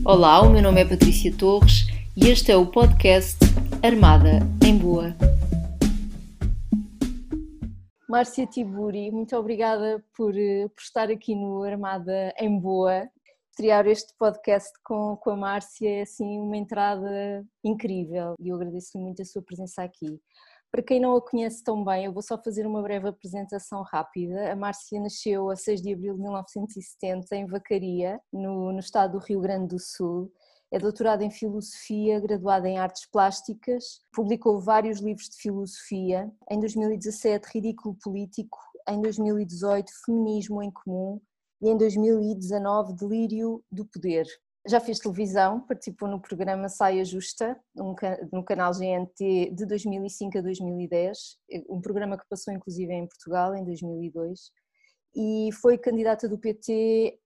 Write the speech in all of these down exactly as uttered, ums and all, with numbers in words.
Olá, o meu nome é Patrícia Torres e este é o podcast Armada em Boa. Márcia Tiburi, muito obrigada por, por estar aqui no Armada em Boa. Estrear este podcast com, com a Márcia é assim uma entrada incrível e eu agradeço-lhe muito a sua presença aqui. Para quem não a conhece tão bem, eu vou só fazer uma breve apresentação rápida. A Márcia nasceu a seis de abril de mil novecentos e setenta em Vacaria, no, no estado do Rio Grande do Sul. É doutorada em Filosofia, graduada em Artes Plásticas, publicou vários livros de filosofia. Em dois mil e dezassete, Ridículo Político. Em dois mil e dezoito, Feminismo em Comum. E em dois mil e dezanove, Delírio do Poder. Já fez televisão, participou no programa Saia Justa, no canal G N T de dois mil e cinco a dois mil e dez, um programa que passou inclusive em Portugal em dois mil e dois, e foi candidata do P T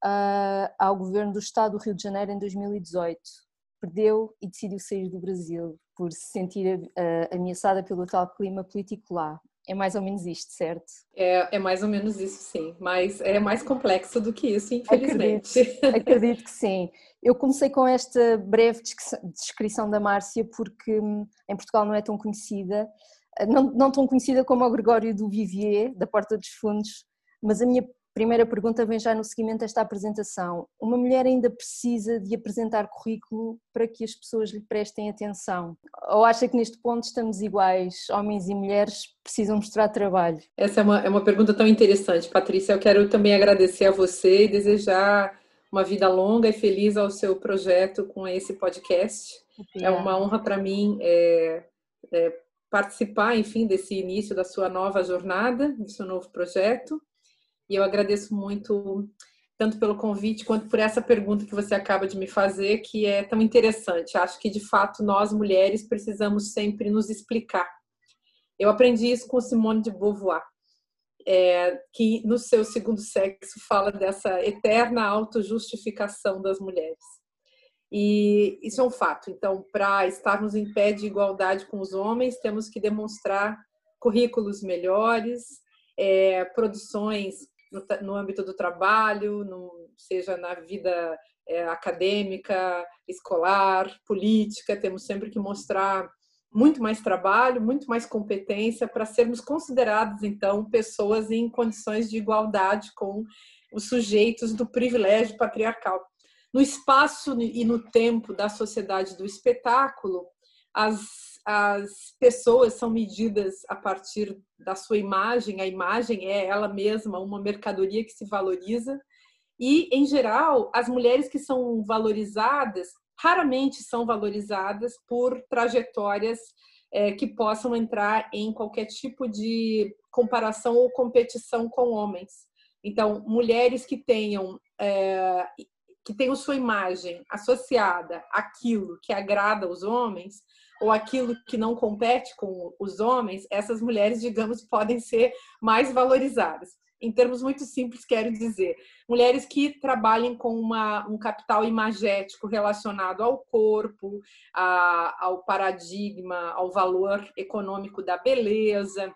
ao governo do Estado do Rio de Janeiro em dois mil e dezoito. Perdeu e decidiu sair do Brasil por se sentir ameaçada pelo tal clima político lá. É mais ou menos isto, certo? É, é mais ou menos isso, sim. Mas é mais complexo do que isso, infelizmente. Acredito, acredito que sim. Eu comecei com esta breve descrição da Márcia porque em Portugal não é tão conhecida, não, não tão conhecida como o Gregório do Vivier, da Porta dos Fundos, mas a minha primeira pergunta vem já no seguimento desta apresentação. Uma mulher ainda precisa de apresentar currículo para que as pessoas lhe prestem atenção? Ou acha que neste ponto estamos iguais, homens e mulheres precisam mostrar trabalho? Essa é uma, é uma pergunta tão interessante, Patrícia. Eu quero também agradecer a você e desejar uma vida longa e feliz ao seu projeto com esse podcast. Obrigada. É uma honra para mim é, é, participar, enfim, desse início da sua nova jornada, do seu novo projeto. E eu agradeço muito, tanto pelo convite, quanto por essa pergunta que você acaba de me fazer, que é tão interessante. Acho que, de fato, nós, mulheres, precisamos sempre nos explicar. Eu aprendi isso com Simone de Beauvoir, é, que, no seu Segundo Sexo, fala dessa eterna autojustificação das mulheres. E isso é um fato. Então, para estarmos em pé de igualdade com os homens, temos que demonstrar currículos melhores, é, produções no, no âmbito do trabalho, no, seja na vida é, acadêmica, escolar, política, temos sempre que mostrar muito mais trabalho, muito mais competência para sermos considerados, então, pessoas em condições de igualdade com os sujeitos do privilégio patriarcal. No espaço e no tempo da sociedade do espetáculo, as as pessoas são medidas a partir da sua imagem, a imagem é ela mesma uma mercadoria que se valoriza e, em geral, as mulheres que são valorizadas, raramente são valorizadas por trajetórias é, que possam entrar em qualquer tipo de comparação ou competição com homens. Então, mulheres que tenham, é, que tenham sua imagem associada àquilo que agrada aos homens, ou aquilo que não compete com os homens, essas mulheres, digamos, podem ser mais valorizadas. Em termos muito simples, quero dizer, mulheres que trabalhem com uma, um capital imagético relacionado ao corpo, a, ao paradigma, ao valor econômico da beleza,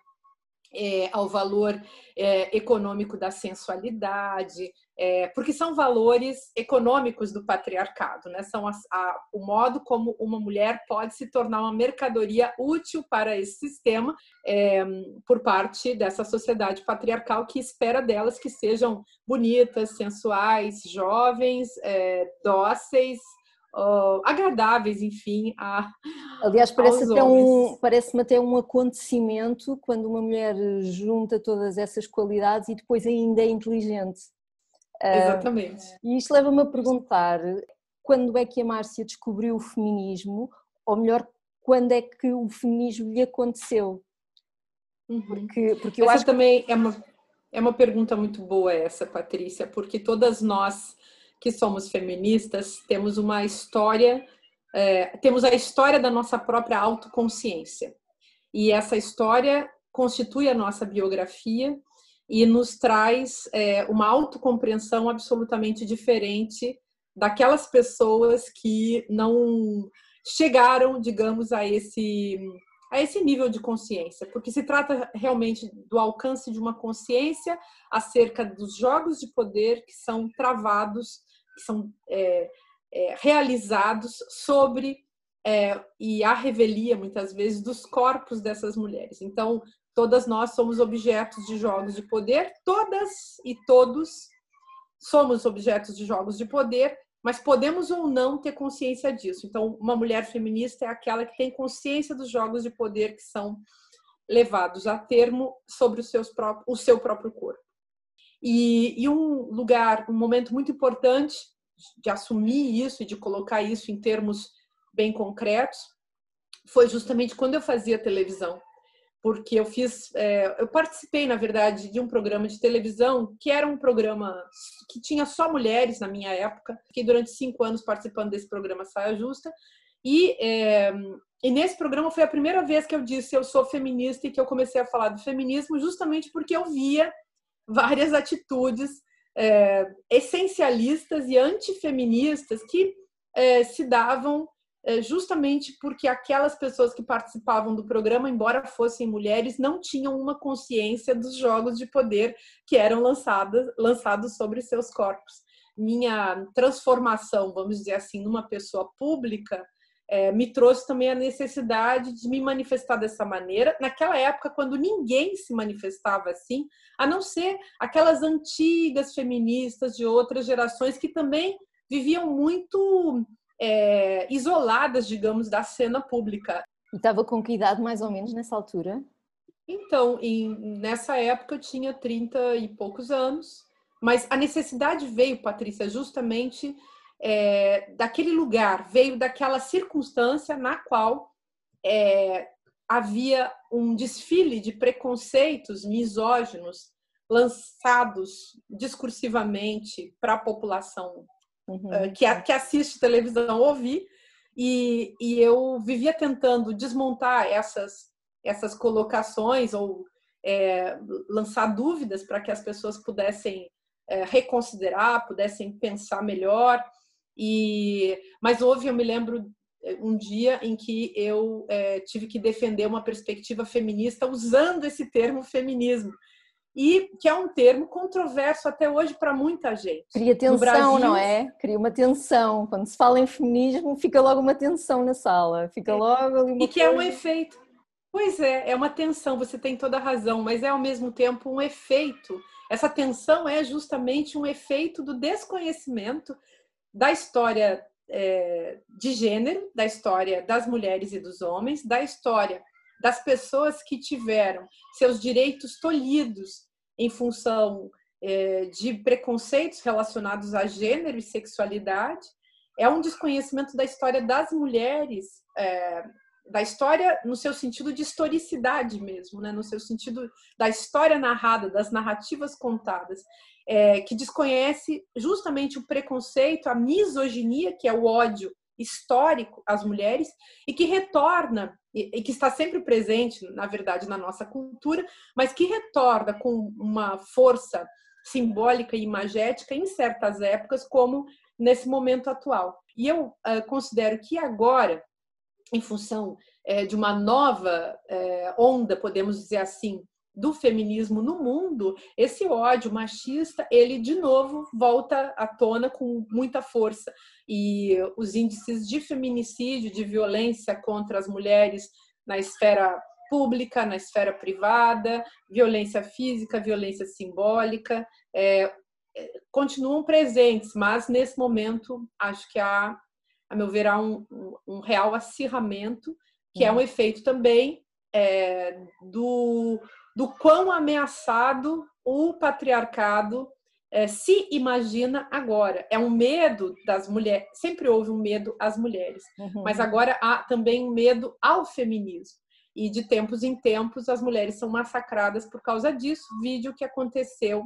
É, ao valor é, econômico da sensualidade, é, porque são valores econômicos do patriarcado, né? São as, a, o modo como uma mulher pode se tornar uma mercadoria útil para esse sistema é, por parte dessa sociedade patriarcal que espera delas que sejam bonitas, sensuais, jovens, é, dóceis, Uh, agradáveis, enfim, a, Aliás, parece aos até homens. um, parece-me até um acontecimento quando uma mulher junta todas essas qualidades e depois ainda é inteligente. Exatamente. Uh, e isto leva-me a perguntar, quando é que a Márcia descobriu o feminismo, ou melhor, quando é que o feminismo lhe aconteceu? Uhum. Porque, porque eu essa acho também que... é uma, é uma pergunta muito boa essa, Patrícia, porque todas nós que somos feministas temos uma história, é, temos a história da nossa própria autoconsciência. E essa história constitui a nossa biografia e nos traz é, uma autocompreensão absolutamente diferente daquelas pessoas que não chegaram, digamos, a esse... a esse nível de consciência, porque se trata realmente do alcance de uma consciência acerca dos jogos de poder que são travados, que são é, é, realizados sobre é, e a revelia, muitas vezes, dos corpos dessas mulheres. Então, todas nós somos objetos de jogos de poder, todas e todos somos objetos de jogos de poder, mas podemos ou não ter consciência disso. Então, uma mulher feminista é aquela que tem consciência dos jogos de poder que são levados a termo sobre os seus próprios, o seu próprio corpo. E, e um lugar, um momento muito importante de assumir isso e de colocar isso em termos bem concretos foi justamente quando eu fazia televisão. Porque eu fiz, é, eu participei, na verdade, de um programa de televisão que era um programa que tinha só mulheres na minha época. Fiquei durante cinco anos participando desse programa Saia Justa. E, é, e nesse programa foi a primeira vez que eu disse eu sou feminista e que eu comecei a falar do feminismo justamente porque eu via várias atitudes é, essencialistas e antifeministas que é, se davam justamente porque aquelas pessoas que participavam do programa, embora fossem mulheres, não tinham uma consciência dos jogos de poder que eram lançados, lançados sobre seus corpos. Minha transformação, vamos dizer assim, numa pessoa pública, é, me trouxe também a necessidade de me manifestar dessa maneira, naquela época, quando ninguém se manifestava assim, a não ser aquelas antigas feministas de outras gerações que também viviam muito... É, isoladas, digamos, da cena pública. E estava com que idade mais ou menos nessa altura? Então, em, nessa época eu tinha trinta e poucos anos, mas a necessidade veio, Patrícia, justamente é, daquele lugar, veio daquela circunstância na qual é, havia um desfile de preconceitos misóginos lançados discursivamente para a população Uhum. Que, que assiste televisão ouvir, e, e eu vivia tentando desmontar essas, essas colocações ou é, lançar dúvidas para que as pessoas pudessem é, reconsiderar, pudessem pensar melhor. E, mas houve, eu me lembro, um dia em que eu é, tive que defender uma perspectiva feminista usando esse termo feminismo. E que é um termo controverso até hoje para muita gente. Cria tensão, Brasil, não é? Cria uma tensão. Quando se fala em feminismo, fica logo uma tensão na sala. Fica logo ali uma E que coisa... é um efeito. Pois é, é uma tensão, você tem toda a razão, mas é ao mesmo tempo um efeito. Essa tensão é justamente um efeito do desconhecimento da história é, de gênero, da história das mulheres e dos homens, da história das pessoas que tiveram seus direitos tolhidos em função é, de preconceitos relacionados a gênero e sexualidade. É um desconhecimento da história das mulheres, é, da história no seu sentido de historicidade mesmo, né? No seu sentido da história narrada, das narrativas contadas, é, que desconhece justamente o preconceito, a misoginia, que é o ódio histórico às mulheres, e que retorna, e que está sempre presente, na verdade, na nossa cultura, mas que retorna com uma força simbólica e imagética em certas épocas, como nesse momento atual. E eu uh, considero que agora, em função é, de uma nova é, onda, podemos dizer assim, do feminismo no mundo, esse ódio machista, ele de novo volta à tona com muita força. E os índices de feminicídio, de violência contra as mulheres na esfera pública, na esfera privada, violência física, violência simbólica, é, continuam presentes, mas nesse momento acho que há, a meu ver, há um, um real acirramento, que é um efeito também é, do, do quão ameaçado o patriarcado é, se imagina agora. É um medo das mulheres, sempre houve um medo às mulheres, uhum. mas agora há também um medo ao feminismo. E de tempos em tempos as mulheres são massacradas por causa disso. Vídeo que aconteceu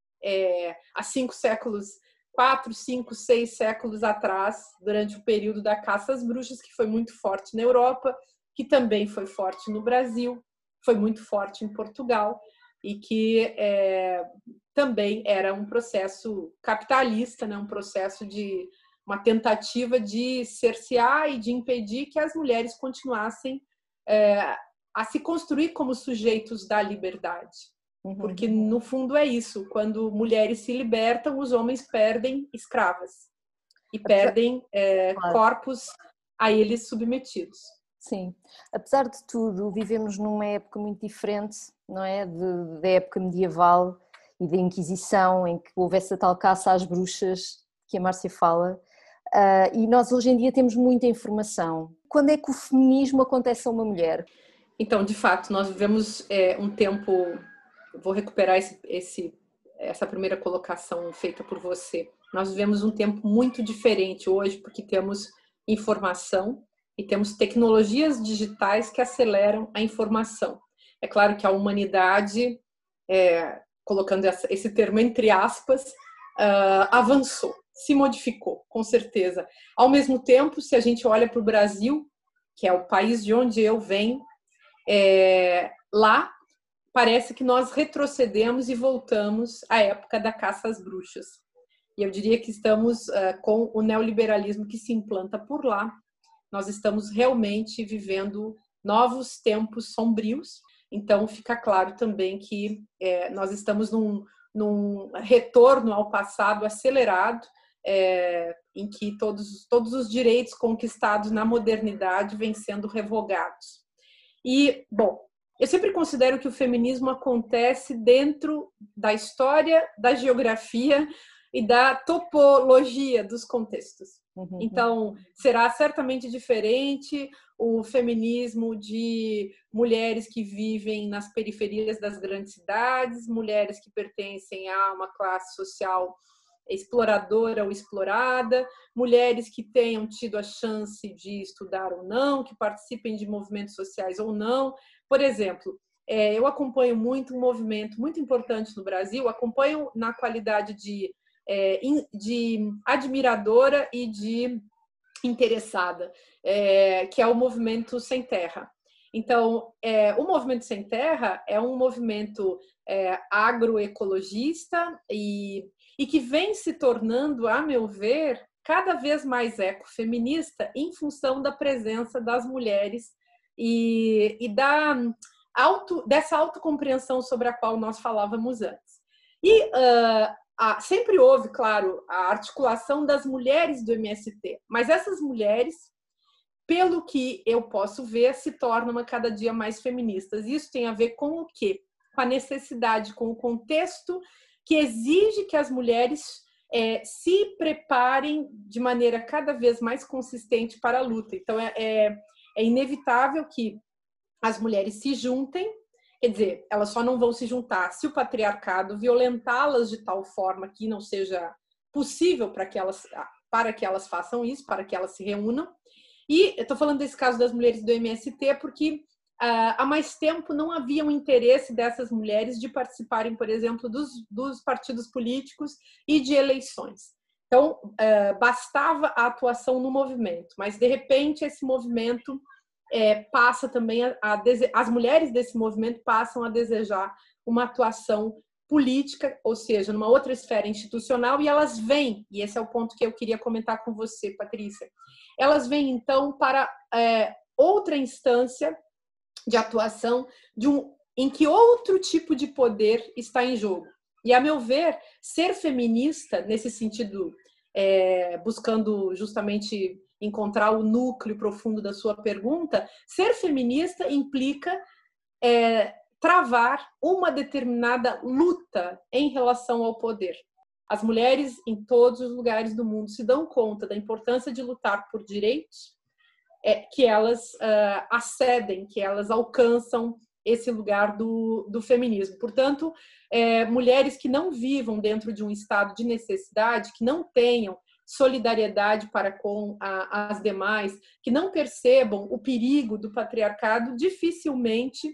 é, há cinco séculos, quatro, cinco, seis séculos atrás, durante o período da caça às bruxas, que foi muito forte na Europa, que também foi forte no Brasil, foi muito forte em Portugal, e que é, também era um processo capitalista, né? Um processo de uma tentativa de cercear e de impedir que as mulheres continuassem é, a se construir como sujeitos da liberdade. Uhum. Porque, no fundo, é isso. Quando mulheres se libertam, os homens perdem escravas. e perdem é, claro. corpos a eles submetidos. Sim, apesar de tudo, vivemos numa época muito diferente, não é? De, da época medieval e da Inquisição, em que houve essa tal caça às bruxas que a Márcia fala, uh, e nós hoje em dia temos muita informação. Quando é que o feminismo acontece a uma mulher? Então, de fato, nós vivemos é, um tempo... Vou recuperar esse, esse, essa primeira colocação feita por você. Nós vivemos um tempo muito diferente hoje, porque temos informação e temos tecnologias digitais que aceleram a informação. É claro que a humanidade, é, colocando essa, esse termo entre aspas, uh, avançou, se modificou, com certeza. Ao mesmo tempo, se a gente olha para o Brasil, que é o país de onde eu venho, é, lá parece que nós retrocedemos e voltamos à época da caça às bruxas. E eu diria que estamos uh, com o neoliberalismo que se implanta por lá. Nós estamos realmente vivendo novos tempos sombrios. Então, fica claro também que é, nós estamos num, num retorno ao passado acelerado, é, em que todos, todos os direitos conquistados na modernidade vêm sendo revogados. E, bom, eu sempre considero que o feminismo acontece dentro da história, da geografia e da topologia dos contextos. Uhum. Então, será certamente diferente o feminismo de mulheres que vivem nas periferias das grandes cidades, mulheres que pertencem a uma classe social exploradora ou explorada, mulheres que tenham tido a chance de estudar ou não, que participem de movimentos sociais ou não. Por exemplo, eu acompanho muito um movimento muito importante no Brasil, acompanho na qualidade de, de admiradora e de interessada, que é o Movimento Sem Terra. Então, o Movimento Sem Terra é um movimento agroecologista e e que vem se tornando, a meu ver, cada vez mais ecofeminista em função da presença das mulheres e, e da auto, dessa autocompreensão sobre a qual nós falávamos antes. E uh, a, sempre houve, claro, a articulação das mulheres do M S T, mas essas mulheres, pelo que eu posso ver, se tornam a cada dia mais feministas. Isso tem a ver com o quê? Com a necessidade, com o contexto que exige que as mulheres é, se preparem de maneira cada vez mais consistente para a luta. Então, é, é, é inevitável que as mulheres se juntem, quer dizer, elas só não vão se juntar se o patriarcado violentá-las de tal forma que não seja possível para que elas, para que elas façam isso, para que elas se reúnam. E eu estou falando desse caso das mulheres do M S T porque Uh, há mais tempo não havia um interesse dessas mulheres de participarem, por exemplo, dos, dos partidos políticos e de eleições. Então, uh, bastava a atuação no movimento, mas, de repente, esse movimento é, passa também a, a dese... as mulheres desse movimento passam a desejar uma atuação política, ou seja, numa outra esfera institucional, e elas vêm, e esse é o ponto que eu queria comentar com você, Patrícia, elas vêm, então, para é, outra instância de atuação de um, em que outro tipo de poder está em jogo. E, a meu ver, ser feminista, nesse sentido, é, buscando justamente encontrar o núcleo profundo da sua pergunta, ser feminista implica é, travar uma determinada luta em relação ao poder. As mulheres em todos os lugares do mundo se dão conta da importância de lutar por direitos, É, que elas uh, acedem, que elas alcançam esse lugar do, do feminismo. Portanto, é, mulheres que não vivam dentro de um estado de necessidade, que não tenham solidariedade para com a, as demais, que não percebam o perigo do patriarcado, dificilmente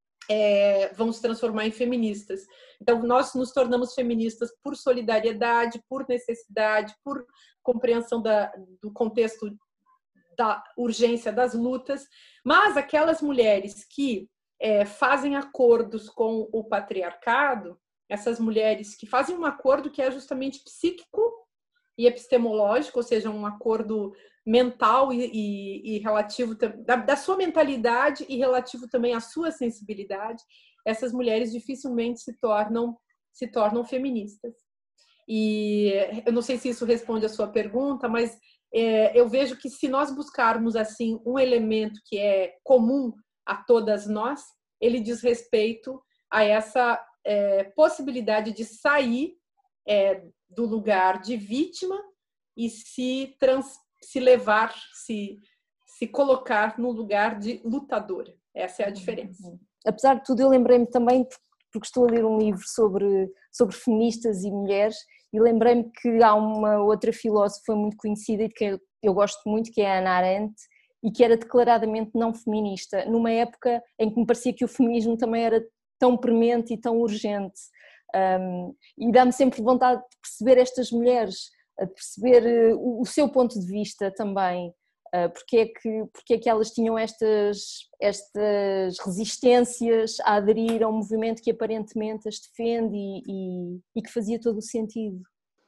é, vão se transformar em feministas. Então, nós nos tornamos feministas por solidariedade, por necessidade, por compreensão da, do contexto da urgência das lutas, mas aquelas mulheres que é, fazem acordos com o patriarcado, essas mulheres que fazem um acordo que é justamente psíquico e epistemológico, ou seja, um acordo mental e, e, e relativo da, da sua mentalidade e relativo também à sua sensibilidade, essas mulheres dificilmente se tornam, se tornam feministas. E eu não sei se isso responde a sua pergunta, mas é, eu vejo que se nós buscarmos assim um elemento que é comum a todas nós, ele diz respeito a essa é, possibilidade de sair é, do lugar de vítima e se, trans, se levar, se, se colocar no lugar de lutadora. Essa é a diferença. Apesar de tudo, eu lembrei-me também, porque estou a ler um livro sobre, sobre feministas e mulheres, e lembrei-me que há uma outra filósofa muito conhecida e que eu gosto muito, que é a Hannah Arendt, e que era declaradamente não feminista, numa época em que me parecia que o feminismo também era tão premente e tão urgente. Um, e dá-me sempre vontade de perceber estas mulheres, de perceber o, o seu ponto de vista também, uh, porque, é que, porque é que elas tinham estas, estas resistências a aderir a um movimento que aparentemente as defende e, e, e que fazia todo o sentido.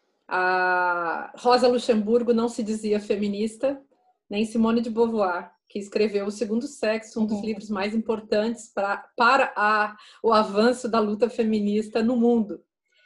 A Rosa Luxemburgo não se dizia feminista, nem Simone de Beauvoir, que escreveu O Segundo Sexo, um dos uhum. livros mais importantes pra, para a, o avanço da luta feminista no mundo.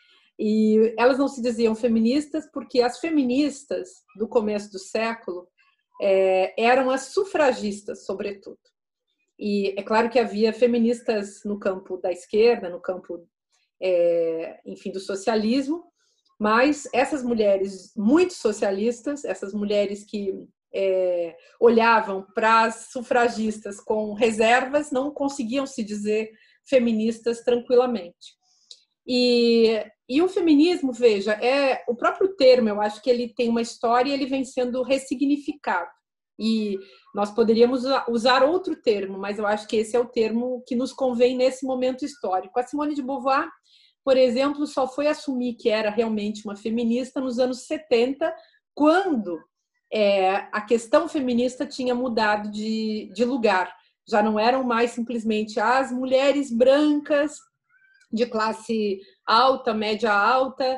E elas não se diziam feministas porque as feministas do começo do século é, eram as sufragistas, sobretudo. E é claro que havia feministas no campo da esquerda, no campo, é, enfim, do socialismo, mas essas mulheres muito socialistas, essas mulheres que é, olhavam para as sufragistas com reservas, não conseguiam se dizer feministas tranquilamente. E, e o feminismo, veja, é o próprio termo, eu acho que ele tem uma história e ele vem sendo ressignificado. E nós poderíamos usar outro termo, mas eu acho que esse é o termo que nos convém nesse momento histórico. A Simone de Beauvoir, por exemplo, só foi assumir que era realmente uma feminista nos anos setenta, quando é, a questão feminista tinha mudado de, de lugar. Já não eram mais simplesmente as mulheres brancas de classe alta, média alta,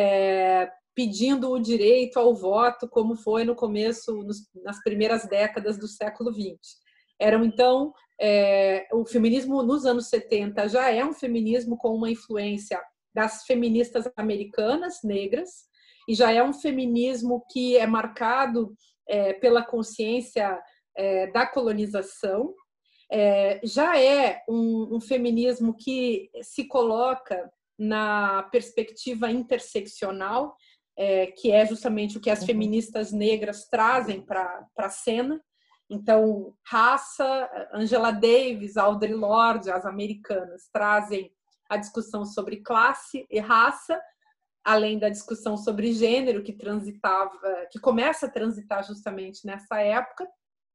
é, pedindo o direito ao voto, como foi no começo, nos, nas primeiras décadas do século vinte. Eram, então, é, o feminismo nos anos setenta já é um feminismo com uma influência das feministas americanas, negras, e já é um feminismo que é marcado é, pela consciência é, da colonização. É, já é um, um feminismo que se coloca na perspectiva interseccional, é, que é justamente o que as feministas negras trazem para a cena. Então, raça, Angela Davis, Audre Lorde, as americanas, trazem a discussão sobre classe e raça, além da discussão sobre gênero, que transitava, que começa a transitar justamente nessa época.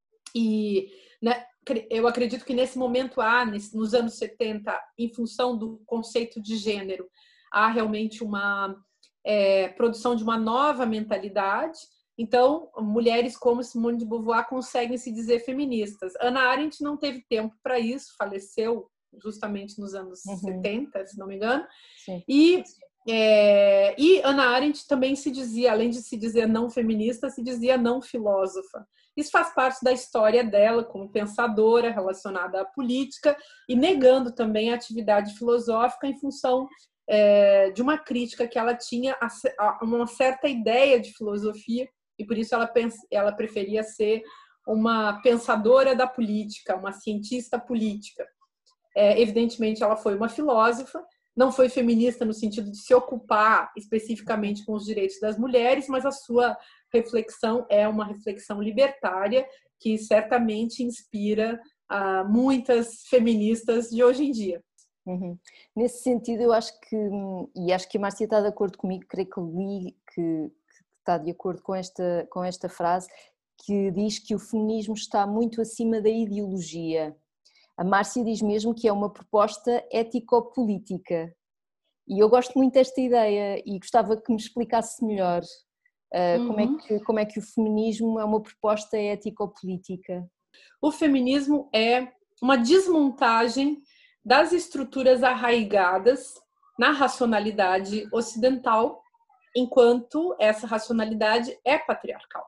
E né, eu acredito que nesse momento há, nos anos setenta, em função do conceito de gênero, há realmente uma é, produção de uma nova mentalidade. Então, mulheres como Simone de Beauvoir conseguem se dizer feministas. Hannah Arendt não teve tempo para isso, faleceu justamente nos anos uhum. setenta, se não me engano. Sim. E, é, e Hannah Arendt também se dizia, além de se dizer não feminista, se dizia não filósofa. Isso faz parte da história dela como pensadora relacionada à política e negando também a atividade filosófica em função é, de uma crítica que ela tinha a, a uma certa ideia de filosofia, e por isso ela, pensa, ela preferia ser uma pensadora da política, uma cientista política. É, evidentemente, ela foi uma filósofa, não foi feminista no sentido de se ocupar especificamente com os direitos das mulheres, mas a sua reflexão é uma reflexão libertária que certamente inspira uh, muitas feministas de hoje em dia. Uhum. Nesse sentido, eu acho que, e acho que a Márcia está de acordo comigo, creio que li que está de acordo com esta, com esta frase, que diz que o feminismo está muito acima da ideologia. A Márcia diz mesmo que é uma proposta ético-política. E eu gosto muito desta ideia e gostava que me explicasse melhor uh, uhum. como, é que, como é que o feminismo é uma proposta ético-política. O feminismo é uma desmontagem das estruturas arraigadas na racionalidade ocidental, enquanto essa racionalidade é patriarcal.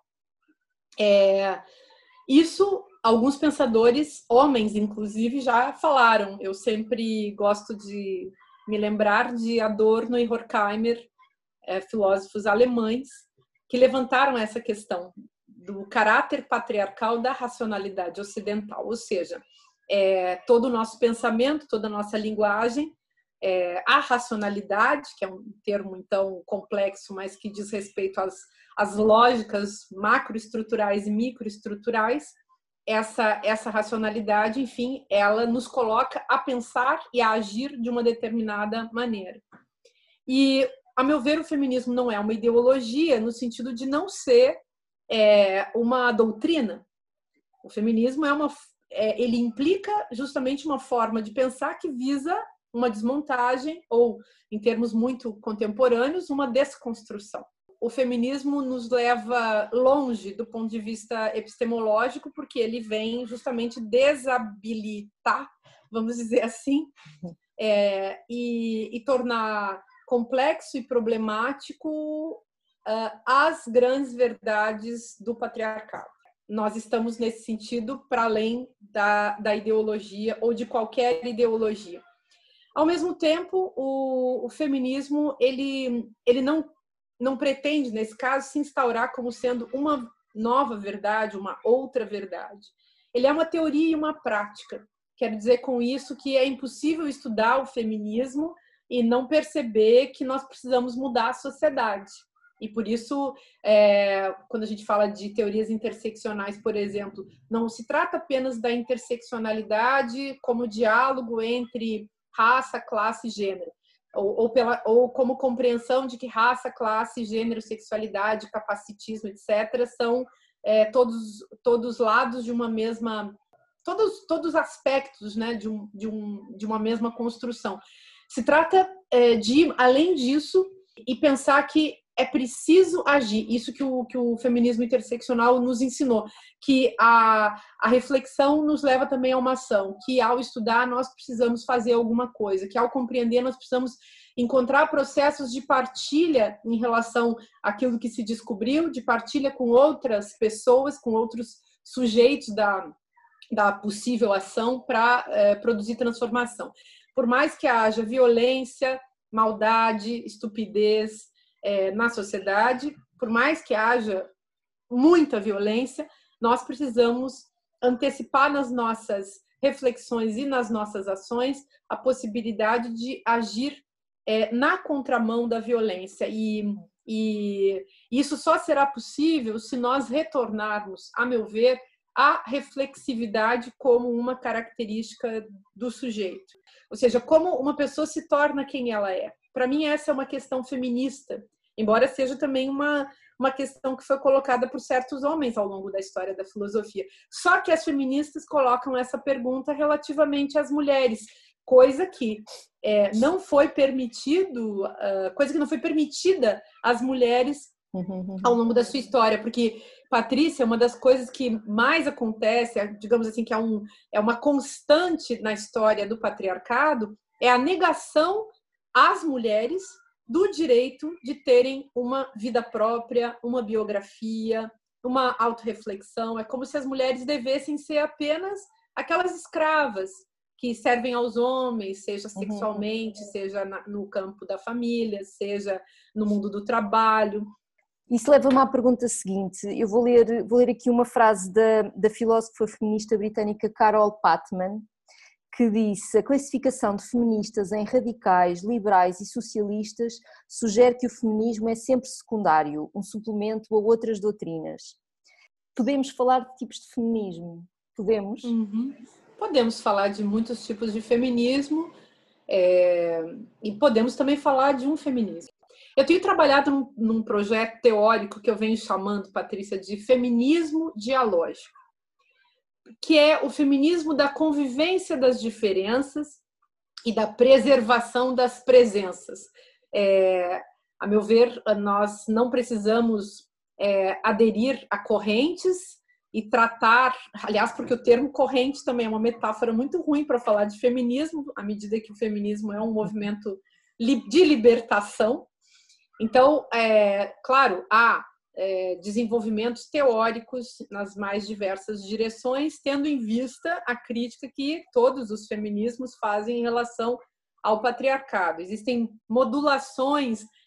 É, isso, alguns pensadores, homens inclusive, já falaram. Eu sempre gosto de me lembrar de Adorno e Horkheimer, é, filósofos alemães que levantaram essa questão do caráter patriarcal da racionalidade ocidental, ou seja, é, todo o nosso pensamento, toda a nossa linguagem, é, a racionalidade, que é um termo então complexo, mas que diz respeito às, às lógicas macroestruturais e microestruturais, essa, essa racionalidade, enfim, ela nos coloca a pensar e a agir de uma determinada maneira. E, a meu ver, o feminismo não é uma ideologia no sentido de não ser é, uma doutrina. O feminismo é uma, é, ele implica justamente uma forma de pensar que visa uma desmontagem ou, em termos muito contemporâneos, uma desconstrução. O feminismo nos leva longe do ponto de vista epistemológico, porque ele vem justamente desabilitar, vamos dizer assim, é, e, e tornar complexo e problemático uh, as grandes verdades do patriarcado. Nós estamos, nesse sentido, para além da, da ideologia ou de qualquer ideologia. Ao mesmo tempo, o, o feminismo ele, ele não, não pretende, nesse caso, se instaurar como sendo uma nova verdade, uma outra verdade. Ele é uma teoria e uma prática. Quero dizer com isso que é impossível estudar o feminismo e não perceber que nós precisamos mudar a sociedade. E por isso, é, quando a gente fala de teorias interseccionais, por exemplo, não se trata apenas da interseccionalidade como diálogo entre raça, classe e gênero, ou, ou, pela, ou como compreensão de que raça, classe, gênero, sexualidade, capacitismo, etcétera, são é, todos, todos lados de uma mesma... Todos, todos os aspectos, né, de, um, de, um, de uma mesma construção. Se trata é, de ir além disso e pensar que é preciso agir. Isso que o, que o feminismo interseccional nos ensinou, que a, a reflexão nos leva também a uma ação, que ao estudar nós precisamos fazer alguma coisa, que ao compreender nós precisamos encontrar processos de partilha em relação àquilo que se descobriu, de partilha com outras pessoas, com outros sujeitos da, da possível ação para é, produzir transformação. Por mais que haja violência, maldade, estupidez é, na sociedade, por mais que haja muita violência, nós precisamos antecipar nas nossas reflexões e nas nossas ações a possibilidade de agir é, na contramão da violência. E, e isso só será possível se nós retornarmos, a meu ver, a reflexividade como uma característica do sujeito. Ou seja, como uma pessoa se torna quem ela é. Para mim, essa é uma questão feminista, embora seja também uma, uma questão que foi colocada por certos homens ao longo da história da filosofia. Só que as feministas colocam essa pergunta relativamente às mulheres, coisa que é, não foi permitido, uh, coisa que não foi permitida às mulheres ao longo da sua história, porque, Patrícia, uma das coisas que mais acontece, digamos assim, que é, um, é uma constante na história do patriarcado, é a negação às mulheres do direito de terem uma vida própria, uma biografia, uma autorreflexão. É como se as mulheres devessem ser apenas aquelas escravas que servem aos homens, seja sexualmente, uhum. seja no campo da família, seja no mundo do trabalho. Isso leva-me à pergunta seguinte. Eu vou ler, vou ler aqui uma frase da, da filósofa feminista britânica Carol Patman, que disse: a classificação de feministas em radicais, liberais e socialistas sugere que o feminismo é sempre secundário, um suplemento a outras doutrinas. Podemos falar de tipos de feminismo? Podemos? Uhum. Podemos falar de muitos tipos de feminismo é, e podemos também falar de um feminismo. Eu tenho trabalhado num, num projeto teórico que eu venho chamando, Patrícia, de feminismo dialógico, que é o feminismo da convivência das diferenças e da preservação das presenças. É, a meu ver, nós não precisamos é, aderir a correntes e tratar, aliás, porque o termo corrente também é uma metáfora muito ruim para falar de feminismo, à medida que o feminismo é um movimento de libertação. Então, é, claro, há é, desenvolvimentos teóricos nas mais diversas direções, tendo em vista a crítica que todos os feminismos fazem em relação ao patriarcado. Existem modulações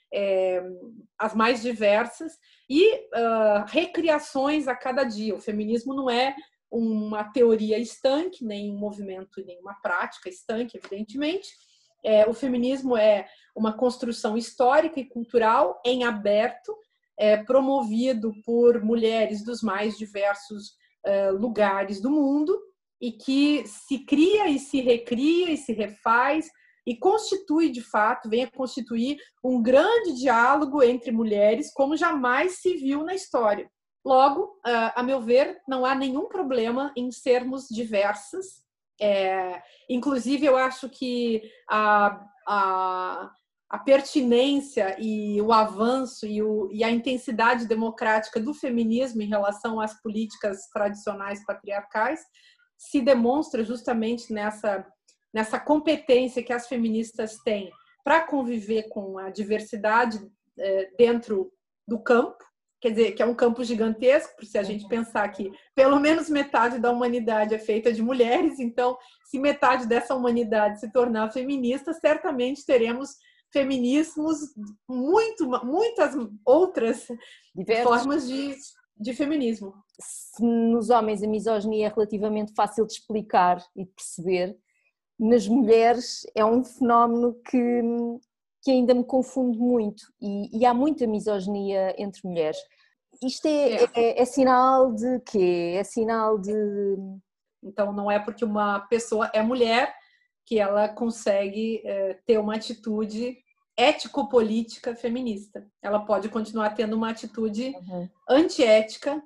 é, as mais diversas, e uh, recriações a cada dia. O feminismo não é uma teoria estanque, nem um movimento, nem uma prática estanque, evidentemente. É, o feminismo é uma construção histórica e cultural em aberto, é, promovido por mulheres dos mais diversos uh, lugares do mundo, e que se cria e se recria e se refaz e constitui, de fato, vem a constituir um grande diálogo entre mulheres como jamais se viu na história. Logo, a meu ver, não há nenhum problema em sermos diversas. É, inclusive, eu acho que a, a, a pertinência e o avanço e, o, e a intensidade democrática do feminismo em relação às políticas tradicionais patriarcais se demonstra justamente nessa, nessa competência que as feministas têm para conviver com a diversidade é, dentro do campo. Quer dizer, que é um campo gigantesco, se a gente pensar que pelo menos metade da humanidade é feita de mulheres, então, se metade dessa humanidade se tornar feminista, certamente teremos feminismos, muito, muitas outras Diversos. formas de, de feminismo. Se nos homens a misoginia é relativamente fácil de explicar e de perceber, nas mulheres é um fenómeno que... que ainda me confunde muito, e, e há muita misoginia entre mulheres. Isto é, é. É, é sinal de quê? É sinal de... Então, não é porque uma pessoa é mulher que ela consegue é, ter uma atitude ético-política feminista. Ela pode continuar tendo uma atitude uhum. antiética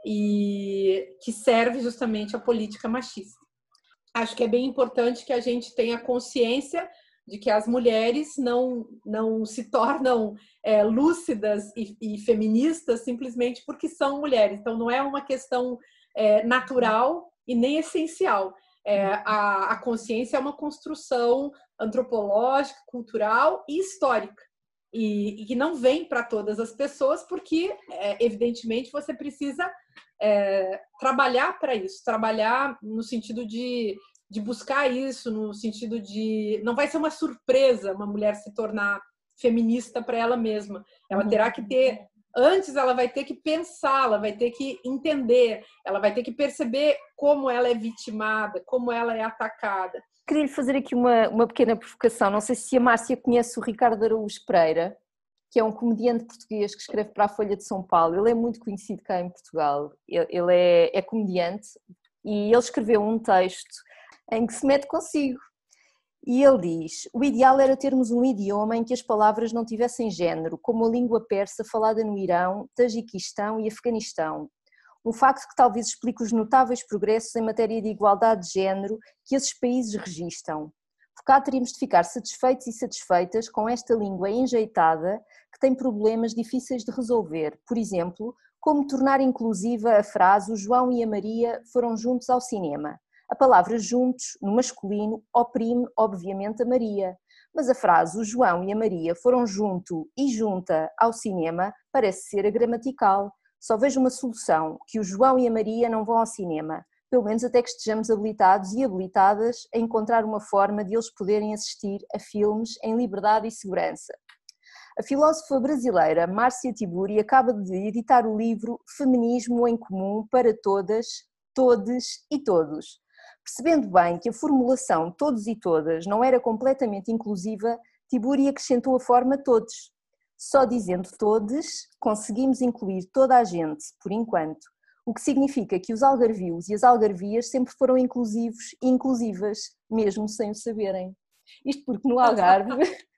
e que serve justamente à política machista. Acho que é bem importante que a gente tenha consciência de que as mulheres não, não se tornam é, lúcidas e, e feministas simplesmente porque são mulheres. Então, não é uma questão é, natural e nem essencial. É, a, a consciência é uma construção antropológica, cultural e histórica. E, e que não vem para todas as pessoas porque, é, evidentemente, você precisa é, trabalhar para isso. Trabalhar no sentido de... de buscar isso no sentido de... Não vai ser uma surpresa uma mulher se tornar feminista para ela mesma. Ela terá que ter... Antes ela vai ter que pensar, ela vai ter que entender, ela vai ter que perceber como ela é vitimada, como ela é atacada. Queria-lhe fazer aqui uma, uma pequena provocação. Não sei se a Márcia conhece o Ricardo Araújo Pereira, que é um comediante português que escreve para a Folha de São Paulo. Ele é muito conhecido cá em Portugal. Ele é, é comediante e ele escreveu um texto em que se mete consigo. E ele diz: o ideal era termos um idioma em que as palavras não tivessem género, como a língua persa falada no Irão, Tajiquistão e Afeganistão. Um facto que talvez explique os notáveis progressos em matéria de igualdade de género que esses países registram. Por cá teríamos de ficar satisfeitos e satisfeitas com esta língua enjeitada que tem problemas difíceis de resolver. Por exemplo, como tornar inclusiva a frase "o João e a Maria foram juntos ao cinema". A palavra juntos, no masculino, oprime, obviamente, a Maria. Mas a frase "o João e a Maria foram junto e junta ao cinema" parece ser a gramatical. Só vejo uma solução, que o João e a Maria não vão ao cinema, pelo menos até que estejamos habilitados e habilitadas a encontrar uma forma de eles poderem assistir a filmes em liberdade e segurança. A filósofa brasileira Márcia Tiburi acaba de editar o livro Feminismo em Comum para Todas, Todes e Todos. Percebendo bem que a formulação todos e todas não era completamente inclusiva, Tiburi acrescentou a forma todos. Só dizendo todos conseguimos incluir toda a gente, por enquanto, o que significa que os algarvios e as algarvias sempre foram inclusivos e inclusivas, mesmo sem o saberem. Isto porque no Algarve,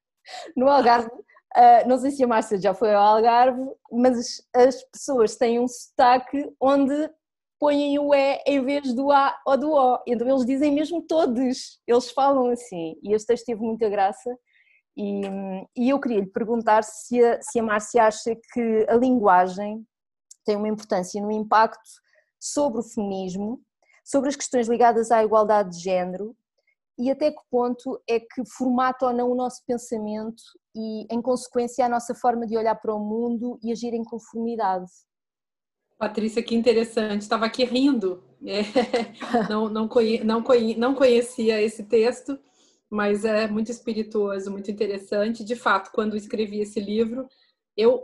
no Algarve, não sei se a Márcia já foi ao Algarve, mas as pessoas têm um sotaque onde põem o E em vez do A ou do O, então eles dizem mesmo todos, eles falam assim, e este texto teve muita graça. E, e eu queria lhe perguntar se a, se a Márcia acha que a linguagem tem uma importância no impacto sobre o feminismo, sobre as questões ligadas à igualdade de género e até que ponto é que formata ou não o nosso pensamento e, em consequência, a nossa forma de olhar para o mundo e agir em conformidade. Patrícia, que interessante, estava aqui rindo, é, não, não, conhe, não, conhe, não conhecia esse texto. mas é muito espirituoso, muito interessante. De fato, quando escrevi esse livro, eu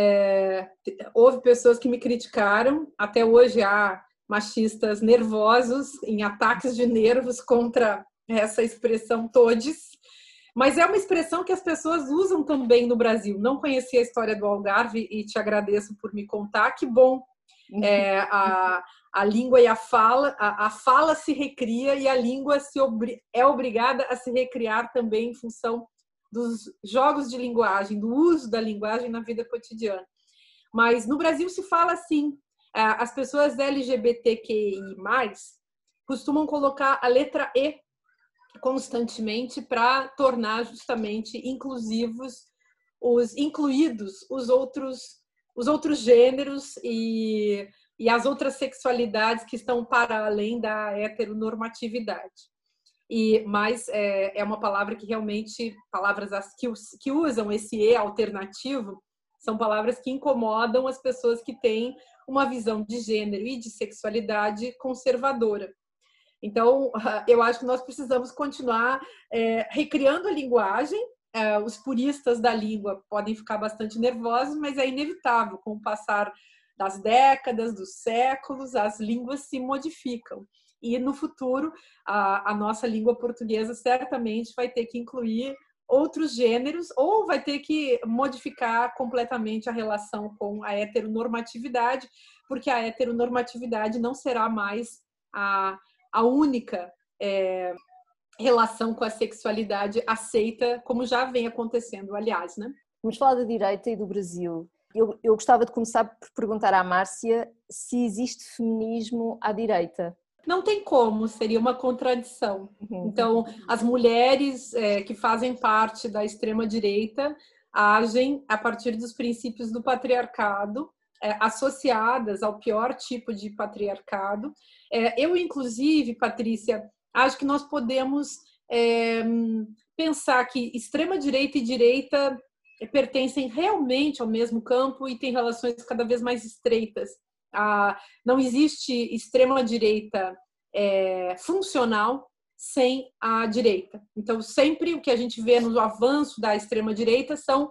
é, houve pessoas que me criticaram. Até hoje há machistas nervosos em ataques de nervos contra essa expressão todes, mas é uma expressão que as pessoas usam também no Brasil. Não conhecia a história do Algarve e te agradeço por me contar. Que bom. É, a, a língua e a fala, a, a fala se recria e a língua se obri, é obrigada a se recriar também em função dos jogos de linguagem, do uso da linguagem na vida cotidiana. Mas no Brasil se fala assim, as pessoas L G B T Q I mais, costumam colocar a letra E constantemente para tornar justamente inclusivos os incluídos, os outros, os outros gêneros e, e as outras sexualidades que estão para além da heteronormatividade. E, mas é, é uma palavra que realmente, palavras que, que usam esse E alternativo, são palavras que incomodam as pessoas que têm uma visão de gênero e de sexualidade conservadora. Então, eu acho que nós precisamos continuar é, recriando a linguagem. É, os puristas da língua podem ficar bastante nervosos, mas é inevitável. Com o passar das décadas, dos séculos, as línguas se modificam. E, no futuro, a, a nossa língua portuguesa certamente vai ter que incluir outros gêneros ou vai ter que modificar completamente a relação com a heteronormatividade, porque a heteronormatividade não será mais a, a única é, relação com a sexualidade aceita, como já vem acontecendo, aliás, né? Vamos falar da direita e do Brasil. Eu, eu gostava de começar por perguntar à Márcia se existe feminismo à direita. Não tem como, seria uma contradição. Então, as mulheres é, que fazem parte da extrema-direita agem a partir dos princípios do patriarcado, é, associadas ao pior tipo de patriarcado. É, eu, inclusive, Patrícia, acho que nós podemos é, pensar que extrema-direita e direita pertencem realmente ao mesmo campo e têm relações cada vez mais estreitas. Ah, não existe extrema-direita é, funcional sem a direita. Então, sempre o que a gente vê no avanço da extrema-direita são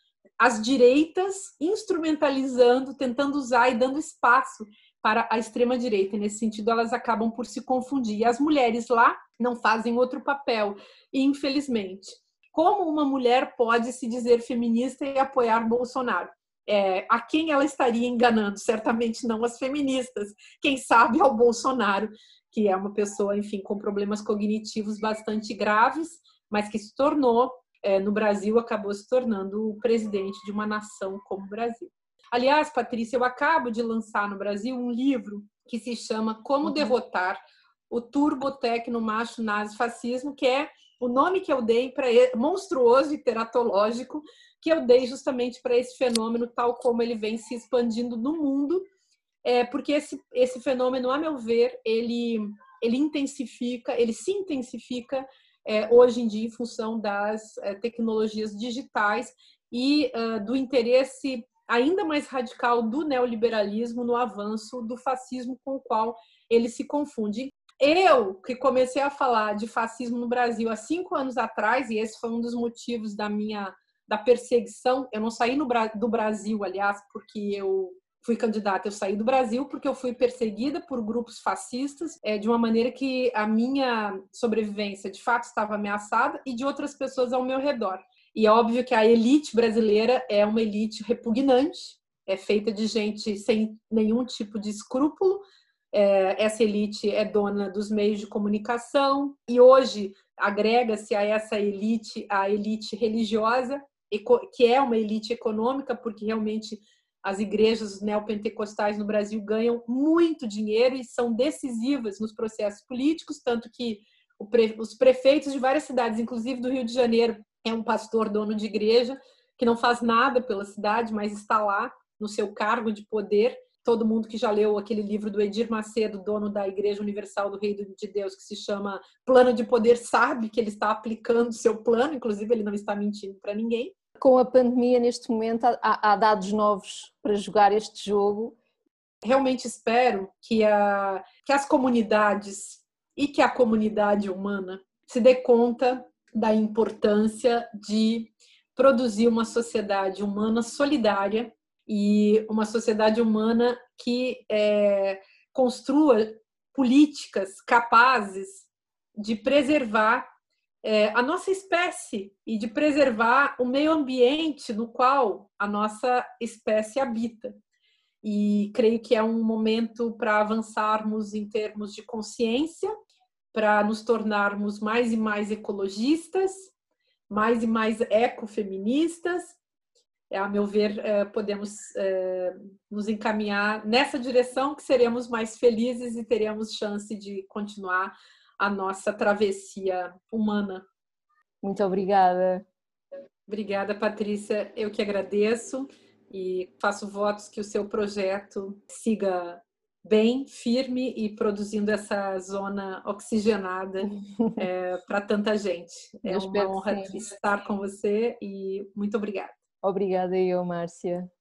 as direitas instrumentalizando, tentando usar e dando espaço para a extrema-direita. E, nesse sentido, elas acabam por se confundir. E as mulheres lá não fazem outro papel, infelizmente. Como uma mulher pode se dizer feminista e apoiar Bolsonaro? É, a quem ela estaria enganando? Certamente não as feministas. Quem sabe ao Bolsonaro, que é uma pessoa, enfim, com problemas cognitivos bastante graves, mas que se tornou, é, no Brasil, acabou se tornando o presidente de uma nação como o Brasil. Aliás, Patrícia, eu acabo de lançar no Brasil um livro que se chama Como Derrotar o Turbotecno Macho Nazi Fascismo, que é o nome que eu dei para monstruoso e teratológico, que eu dei justamente para esse fenômeno, tal como ele vem se expandindo no mundo, é, porque esse, esse fenômeno, a meu ver, ele, ele intensifica, ele se intensifica é, hoje em dia em função das é, tecnologias digitais e uh, do interesse ainda mais radical do neoliberalismo no avanço do fascismo com o qual ele se confunde. Eu, que comecei a falar de fascismo no Brasil há cinco anos atrás, e esse foi um dos motivos da minha da perseguição, eu não saí no, do Brasil, aliás, porque eu fui candidata, eu saí do Brasil porque eu fui perseguida por grupos fascistas, é, de uma maneira que a minha sobrevivência de fato estava ameaçada e de outras pessoas ao meu redor. E é óbvio que a elite brasileira é uma elite repugnante, é feita de gente sem nenhum tipo de escrúpulo. Essa elite é dona dos meios de comunicação e hoje agrega-se a essa elite a elite religiosa, que é uma elite econômica, porque realmente as igrejas neopentecostais no Brasil ganham muito dinheiro e são decisivas nos processos políticos, tanto que os prefeitos de várias cidades, inclusive do Rio de Janeiro, é um pastor dono de igreja que não faz nada pela cidade, mas está lá no seu cargo de poder. Todo mundo que já leu aquele livro do Edir Macedo, dono da Igreja Universal do Reino de Deus, que se chama Plano de Poder, sabe que ele está aplicando o seu plano, inclusive ele não está mentindo para ninguém. Com a pandemia, neste momento, há, há dados novos para jogar este jogo. Realmente espero que, a, que as comunidades e que a comunidade humana se dê conta da importância de produzir uma sociedade humana solidária e uma sociedade humana que é, construa políticas capazes de preservar é, a nossa espécie e de preservar o meio ambiente no qual a nossa espécie habita. E creio que é um momento para avançarmos em termos de consciência, para nos tornarmos mais e mais ecologistas, mais e mais ecofeministas. A meu ver, podemos nos encaminhar nessa direção, que seremos mais felizes e teremos chance de continuar a nossa travessia humana. Muito obrigada. Obrigada, Patrícia. Eu que agradeço e faço votos que o seu projeto siga bem, firme e produzindo essa zona oxigenada é, para tanta gente. É uma honra estar com você e muito obrigada. Obrigada eu, Márcia.